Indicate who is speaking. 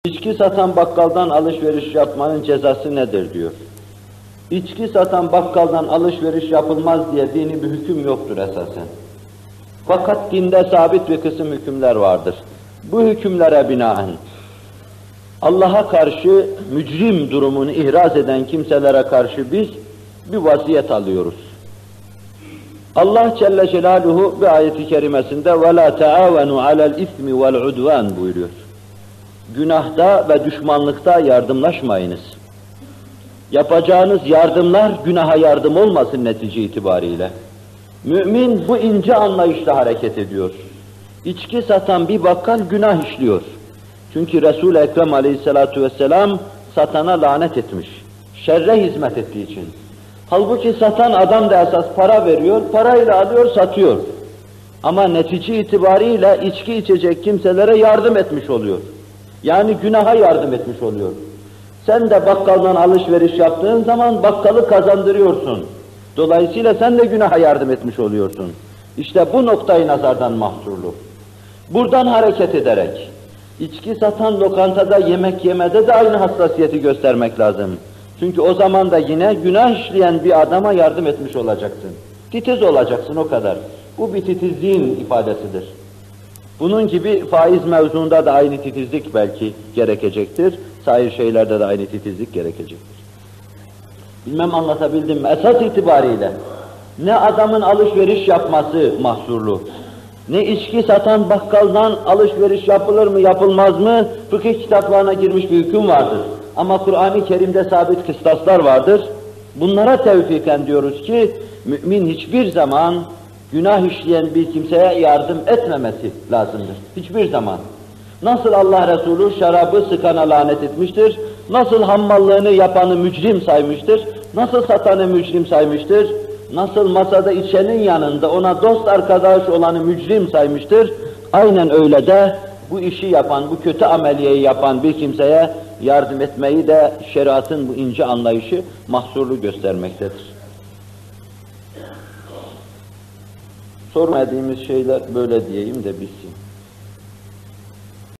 Speaker 1: İçki satan bakkaldan alışveriş yapmanın cezası nedir diyor. İçki satan bakkaldan alışveriş yapılmaz diye dini bir hüküm yoktur esasen. Fakat dinde sabit bir kısım hükümler vardır. Bu hükümlere binaen Allah'a karşı mücrim durumunu ihraz eden kimselere karşı biz bir vaziyet alıyoruz. Allah Celle Celaluhu bir ayet-i kerimesinde وَلَا تَعَاوَنُوا عَلَى الْاِثْمِ وَالْعُدْوَانِ buyuruyor. Günahta ve düşmanlıkta yardımlaşmayınız. Yapacağınız yardımlar günaha yardım olmasın netice itibariyle. Mümin bu ince anlayışla hareket ediyor. İçki satan bir bakkal günah işliyor. Çünkü Resul-i Ekrem Aleyhissalatu vesselam satana lanet etmiş. Şerre hizmet ettiği için. Halbuki satan adam da esas para veriyor, parayla alıyor, satıyor. Ama netice itibariyle içki içecek kimselere yardım etmiş oluyor. Yani günaha yardım etmiş oluyor. Sen de bakkaldan alışveriş yaptığın zaman bakkalı kazandırıyorsun. Dolayısıyla sen de günaha yardım etmiş oluyorsun. İşte bu noktayı nazardan mahsurlu. Buradan hareket ederek, içki satan lokantada yemek yemede de aynı hassasiyeti göstermek lazım. Çünkü o zaman da yine günah işleyen bir adama yardım etmiş olacaksın. Titiz olacaksın o kadar. Bu bir titizliğin ifadesidir. Bunun gibi faiz mevzuunda da aynı titizlik belki gerekecektir. Sair şeylerde de aynı titizlik gerekecektir. Bilmem anlatabildim mi? Esas itibariyle ne adamın alışveriş yapması mahsurlu, ne içki satan bakkaldan alışveriş yapılır mı yapılmaz mı fıkıh kitaplarına girmiş bir hüküm vardır. Ama Kur'an-ı Kerim'de sabit kıstaslar vardır. Bunlara tevfiken diyoruz ki mümin hiçbir zaman günah işleyen bir kimseye yardım etmemesi lazımdır. Hiçbir zaman. Nasıl Allah Resulü şarabı sıkana lanet etmiştir, nasıl hammallığını yapanı mücrim saymıştır, nasıl satanı mücrim saymıştır, nasıl masada içenin yanında ona dost arkadaş olanı mücrim saymıştır, aynen öyle de bu işi yapan, bu kötü ameliyeyi yapan bir kimseye yardım etmeyi de şeriatın bu ince anlayışı mahsurlu göstermektedir. Sormadığımız şeyler böyle diyeyim de bitsin.